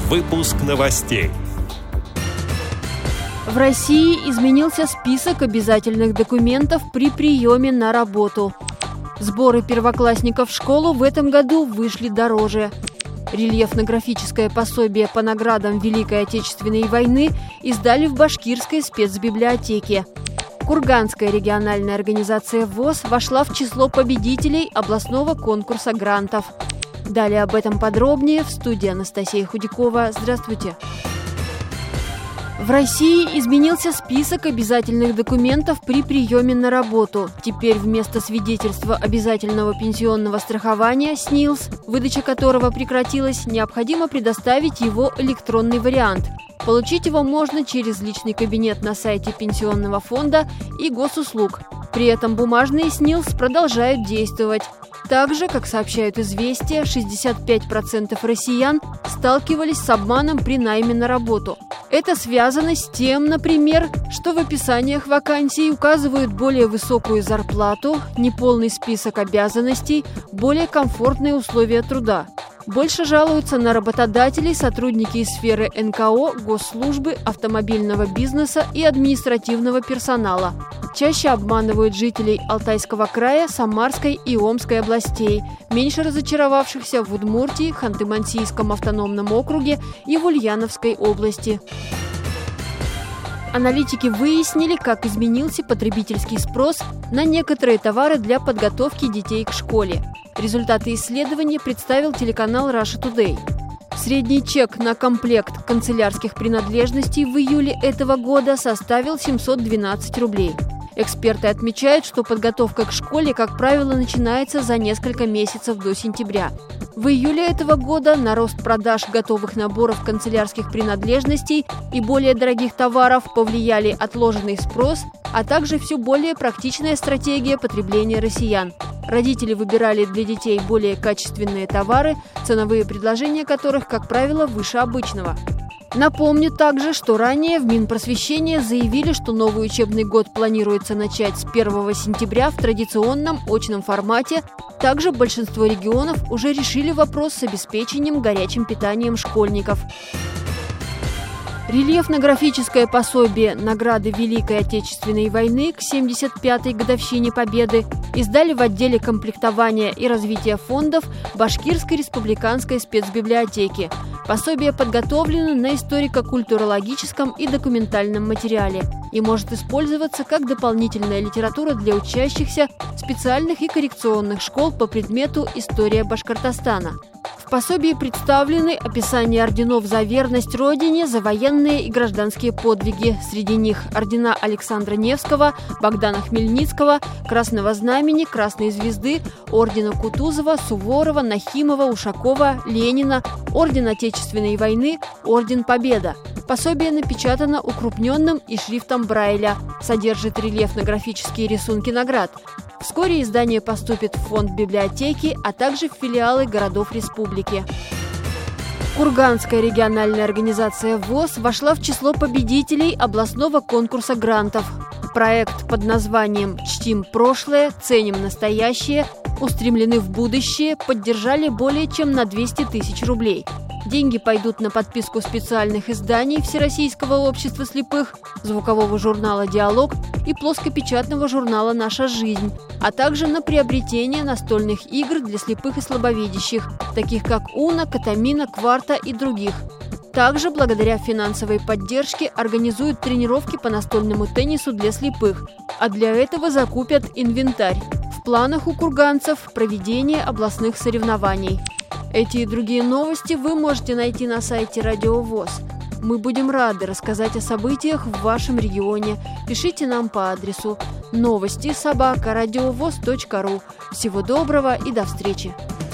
Выпуск новостей. В России изменился список обязательных документов при приеме на работу. Сборы первоклассников в школу в этом году вышли дороже. Рельефно-графическое пособие по наградам Великой Отечественной войны издали в Башкирской спецбиблиотеке. Курганская региональная организация ВОС вошла в число победителей областного конкурса грантов. Далее об этом подробнее в студии Анастасия Худякова. Здравствуйте! В России изменился список обязательных документов при приеме на работу. Теперь вместо свидетельства обязательного пенсионного страхования СНИЛС, выдача которого прекратилась, необходимо предоставить его электронный вариант. Получить его можно через личный кабинет на сайте Пенсионного фонда и Госуслуг. При этом бумажные СНИЛС продолжают действовать. Также, как сообщают «Известия», 65% россиян сталкивались с обманом при найме на работу. Это связано с тем, например, что в описаниях вакансий указывают более высокую зарплату, неполный список обязанностей, более комфортные условия труда. Больше жалуются на работодателей сотрудники из сферы НКО, госслужбы, автомобильного бизнеса и административного персонала. Чаще обманывают жителей Алтайского края, Самарской и Омской областей, меньше разочаровавшихся в Удмуртии, Ханты-Мансийском автономном округе и в Ульяновской области. Аналитики выяснили, как изменился потребительский спрос на некоторые товары для подготовки детей к школе. Результаты исследования представил телеканал Russia Today. Средний чек на комплект канцелярских принадлежностей в июле этого года составил 712 рублей. Эксперты отмечают, что подготовка к школе, как правило, начинается за несколько месяцев до сентября. В июле этого года на рост продаж готовых наборов канцелярских принадлежностей и более дорогих товаров повлияли отложенный спрос, а также все более практичная стратегия потребления россиян. Родители выбирали для детей более качественные товары, ценовые предложения которых, как правило, выше обычного. Напомню также, что ранее в Минпросвещения заявили, что новый учебный год планируется начать с 1 сентября в традиционном очном формате. Также большинство регионов уже решили вопрос с обеспечением горячим питанием школьников. Рельефно-графическое пособие «Награды Великой Отечественной войны» к 75-й годовщине Победы издали в отделе комплектования и развития фондов Башкирской республиканской спецбиблиотеки. Пособие подготовлено на историко-культурологическом и документальном материале и может использоваться как дополнительная литература для учащихся специальных и коррекционных школ по предмету «История Башкортостана». В пособии представлены описания орденов за верность Родине, за военные и гражданские подвиги. Среди них ордена Александра Невского, Богдана Хмельницкого, Красного Знамени, Красной Звезды, ордена Кутузова, Суворова, Нахимова, Ушакова, Ленина, орден Отечественной войны, орден Победа. Пособие напечатано укрупненным и шрифтом Брайля, содержит рельефно-графические рисунки наград. Вскоре издание поступит в фонд библиотеки, а также в филиалы городов республики. Курганская региональная организация ВОС вошла в число победителей областного конкурса грантов. Проект под названием «Чтим прошлое, ценим настоящее, устремлены в будущее» поддержали более чем на 200 тысяч рублей. Деньги пойдут на подписку специальных изданий Всероссийского общества слепых, звукового журнала «Диалог» и плоскопечатного журнала «Наша жизнь», а также на приобретение настольных игр для слепых и слабовидящих, таких как «Уно», «Катамина», «Кварта» и других. Также, благодаря финансовой поддержке, организуют тренировки по настольному теннису для слепых, а для этого закупят инвентарь. В планах у курганцев проведение областных соревнований. Эти и другие новости вы можете найти на сайте Радио ВОС. Мы будем рады рассказать о событиях в вашем регионе. Пишите нам по адресу новости@радиовос.ру. Всего доброго и до встречи!